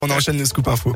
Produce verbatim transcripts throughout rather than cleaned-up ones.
On enchaîne le scoop info.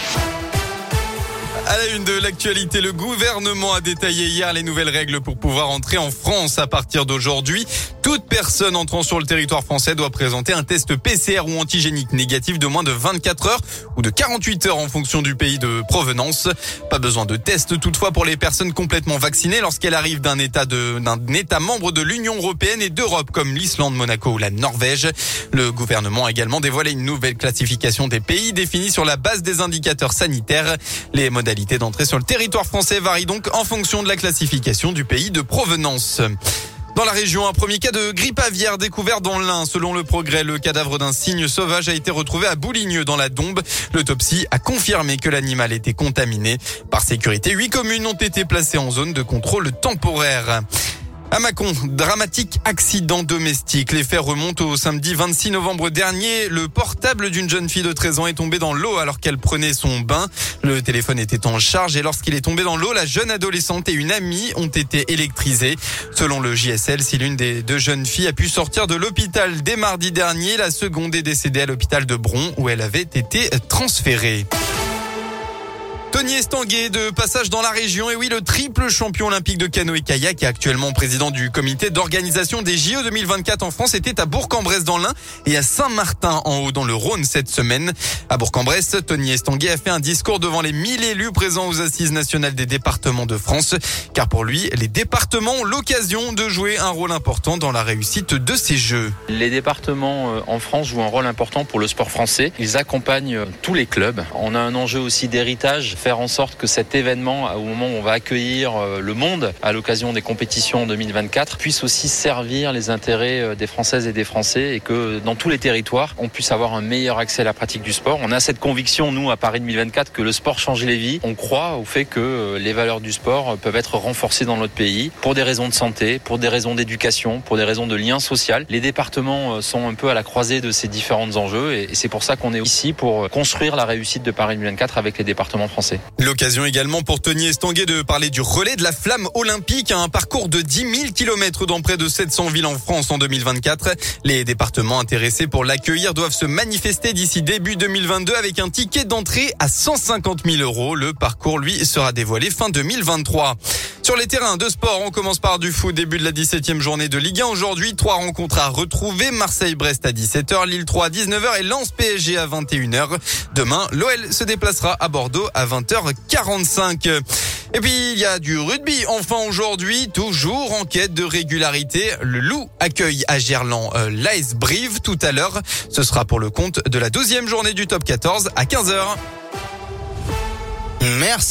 À la une de l'actualité, le gouvernement a détaillé hier les nouvelles règles pour pouvoir entrer en France à partir d'aujourd'hui. Toute personne entrant sur le territoire français doit présenter un test P C R ou antigénique négatif de moins de vingt-quatre heures ou de quarante-huit heures en fonction du pays de provenance. Pas besoin de test toutefois pour les personnes complètement vaccinées lorsqu'elles arrivent d'un état de, d'un état membre de l'Union européenne et d'Europe comme l'Islande, Monaco ou la Norvège. Le gouvernement a également dévoilé une nouvelle classification des pays définie sur la base des indicateurs sanitaires. Les modalités d'entrée sur le territoire français varient donc en fonction de la classification du pays de provenance. Dans la région, un premier cas de grippe aviaire découvert dans l'Ain. Selon le Progrès, le cadavre d'un cygne sauvage a été retrouvé à Bouligneux dans la Dombe. L'autopsie a confirmé que l'animal était contaminé. Par sécurité, huit communes ont été placées en zone de contrôle temporaire. À Mâcon, dramatique accident domestique. Les faits remontent au samedi vingt-six novembre dernier. Le portable d'une jeune fille de treize ans est tombé dans l'eau alors qu'elle prenait son bain. Le téléphone était en charge et lorsqu'il est tombé dans l'eau, la jeune adolescente et une amie ont été électrisées. Selon le J S L, si l'une des deux jeunes filles a pu sortir de l'hôpital dès mardi dernier, la seconde est décédée à l'hôpital de Bron où elle avait été transférée. Tony Estanguet de passage dans la région. Et oui, le triple champion olympique de canoë-kayak et actuellement président du comité d'organisation des J O deux mille vingt-quatre en France était à Bourg-en-Bresse dans l'Ain et à Saint-Martin en Haut dans le Rhône cette semaine. À Bourg-en-Bresse, Tony Estanguet a fait un discours devant les mille élus présents aux assises nationales des départements de France. Car pour lui, les départements ont l'occasion de jouer un rôle important dans la réussite de ces Jeux. Les départements en France jouent un rôle important pour le sport français. Ils accompagnent tous les clubs. On a un enjeu aussi d'héritage. Faire en sorte que cet événement, au moment où on va accueillir le monde à l'occasion des compétitions en deux mille vingt-quatre, puisse aussi servir les intérêts des Françaises et des Français et que dans tous les territoires, on puisse avoir un meilleur accès à la pratique du sport. On a cette conviction, nous, à Paris deux mille vingt-quatre, que le sport change les vies. On croit au fait que les valeurs du sport peuvent être renforcées dans notre pays pour des raisons de santé, pour des raisons d'éducation, pour des raisons de lien social. Les départements sont un peu à la croisée de ces différents enjeux et c'est pour ça qu'on est ici pour construire la réussite de Paris deux mille vingt-quatre avec les départements français. L'occasion également pour Tony Estanguet de parler du relais de la flamme olympique, un parcours de dix mille kilomètres dans près de sept cents villes en France en deux mille vingt-quatre. Les départements intéressés pour l'accueillir doivent se manifester d'ici début deux mille vingt-deux avec un ticket d'entrée à cent cinquante mille euros. Le parcours, lui, sera dévoilé fin deux mille vingt-trois. Sur les terrains de sport, on commence par du foot. Début de la dix-septième journée de Ligue un. Aujourd'hui, trois rencontres à retrouver. Marseille-Brest à dix-sept heures, Lille trois à dix-neuf heures et Lens-P S G à vingt et une heures. Demain, l'O L se déplacera à Bordeaux à vingt heures quarante-cinq. Et puis, il y a du rugby. Enfin, aujourd'hui, toujours en quête de régularité. Le Loup accueille à Gerland euh, l'A S Brive tout à l'heure. Ce sera pour le compte de la douzième journée du top quatorze à quinze heures.